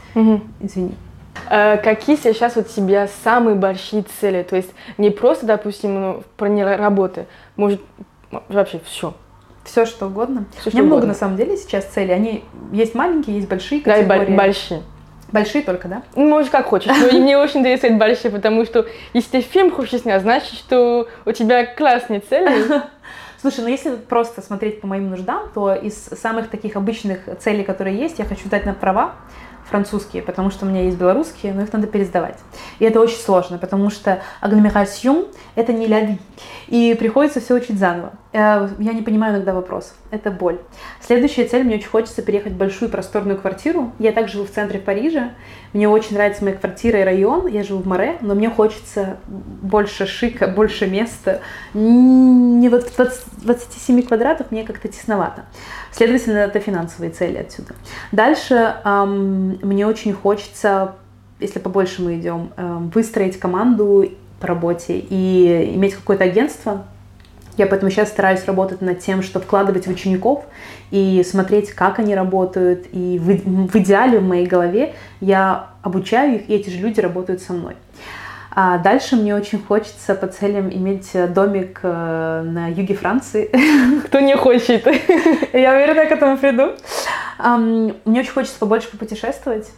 Извини. Какие сейчас у тебя самые большие цели? То есть не просто, допустим, про работы, может вообще все. Все что угодно. Всё, У меня много на самом деле сейчас целей. Они есть маленькие, есть большие категории. Да, большие. Большие только, да? Ну, может, как хочешь. Но мне очень интересует большие, потому что если ты фильм хочешь снять, значит, что у тебя классные цели. Слушай, ну если просто смотреть по моим нуждам, то из самых таких обычных целей, которые есть, я хочу сдать на права французские, потому что у меня есть белорусские, но их надо пересдавать. И это очень сложно, потому что агломерацион — это не ля ви. И приходится все учить заново. Я не понимаю иногда вопросов. Это боль. Следующая цель: мне очень хочется переехать в большую просторную квартиру. Я также живу в центре Парижа. Мне очень нравится моя квартира и район. Я живу в Море, но мне хочется больше шика, больше места. Не вот в 27 квадратах мне как-то тесновато. Следовательно, это финансовые цели отсюда. Дальше мне очень хочется, если побольше мы идем, выстроить команду по работе и иметь какое-то агентство. Я поэтому сейчас стараюсь работать над тем, чтобы вкладывать в учеников и смотреть, как они работают. И в идеале в моей голове я обучаю их, и эти же люди работают со мной. А дальше мне очень хочется по целям иметь домик на юге Франции. Кто не хочет? Я уверена, к этому приду. Мне очень хочется побольше попутешествовать.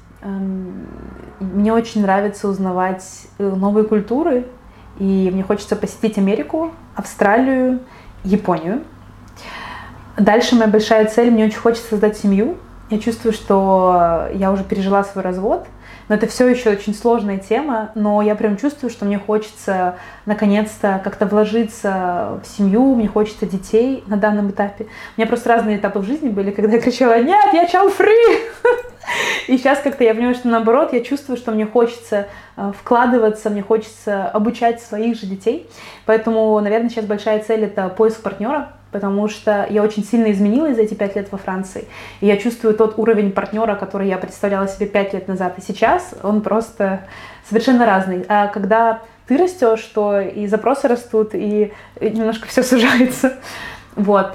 Мне очень нравится узнавать новые культуры. И мне хочется посетить Америку, Австралию, Японию. Дальше моя большая цель: мне очень хочется создать семью. Я чувствую, что я уже пережила свой развод. Но это все еще очень сложная тема, но я прям чувствую, что мне хочется наконец-то как-то вложиться в семью, мне хочется детей на данном этапе. У меня просто разные этапы в жизни были, когда я кричала: «Нет, я child free!» И сейчас как-то я понимаю, что наоборот, я чувствую, что мне хочется вкладываться, мне хочется обучать своих же детей. Поэтому, наверное, сейчас большая цель — это поиск партнера, потому что я очень сильно изменилась за эти 5 лет во Франции. И я чувствую тот уровень партнера, который я представляла себе 5 лет назад и сейчас, он просто совершенно разный. А когда ты растешь, то и запросы растут, и немножко все сужается. Вот.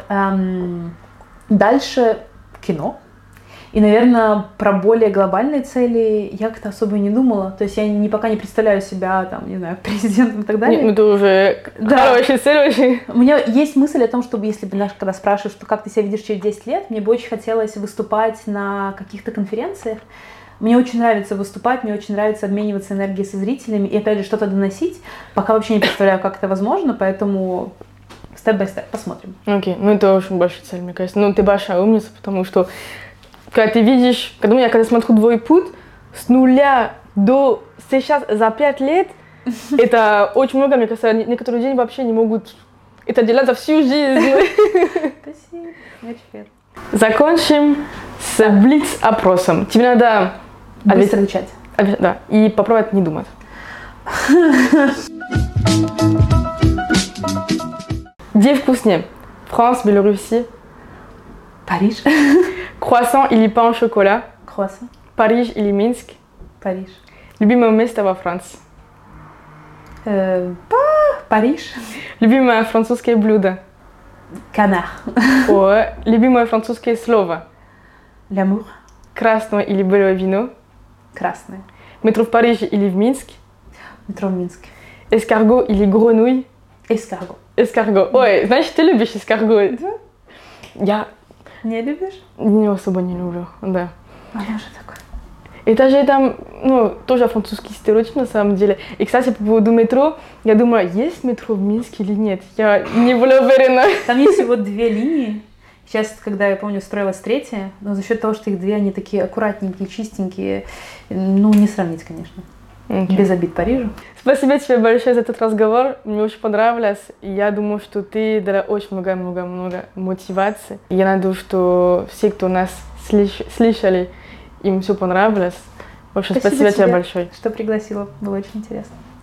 Дальше кино. И, наверное, про более глобальные цели я как-то особо и не думала. То есть я пока не представляю себя, там, не знаю, президентом и так далее. Ну, это уже хорошая цель очень. У меня есть мысль о том, чтобы, если бы, когда спрашивают, что как ты себя видишь через 10 лет, мне бы очень хотелось выступать на каких-то конференциях. Мне очень нравится выступать, мне очень нравится обмениваться энергией со зрителями и, опять же, что-то доносить. Пока вообще не представляю, как это возможно, поэтому степ-бай-степ, посмотрим. Окей, ну это очень большая цель, мне кажется. Ну, ты большая умница, потому что когда ты видишь, когда смотрю твой путь с нуля до сейчас за 5 лет, это очень много, мне кажется, некоторые люди вообще не могут это делать за всю жизнь. Спасибо, очень приятно. Закончим с блиц-опросом. Тебе надо быстро отвечать. Да, и попробовать не думать. Где вкуснее? France, Белоруссия. Париж. Круассан или pain au chocolat? Круассан. Париж или Минск? Париж. Любимое место во Франции? Париж. Любимое французское блюдо? Canard. Любимое французское слово? L'amour. Красное или белое вино? Красное. Метро в Париже или в Минске? Метро в Минске. Эскарго или гrenouille? Эскарго. Эскарго. Ой, значит, ты любишь эскарго? Да. Я не любишь? Не особо не люблю, да. А оно же такое. Это же там, тоже французский стереотип на самом деле. И, кстати, по поводу метро, я думаю, есть метро в Минске или нет? Я не была уверена. Там есть всего 2 линии. Сейчас, когда, я помню, строилась 3-я, но за счет того, что их 2, они такие аккуратненькие, чистенькие, не сравнить, конечно. Okay. Без обид Парижу. Спасибо тебе большое за этот разговор. Мне очень понравилось. Я думаю, что ты дала очень много мотивации. Я надеюсь, что все, кто нас слышали, им все понравилось. В общем, спасибо тебе большое. Что пригласила. Было очень интересно.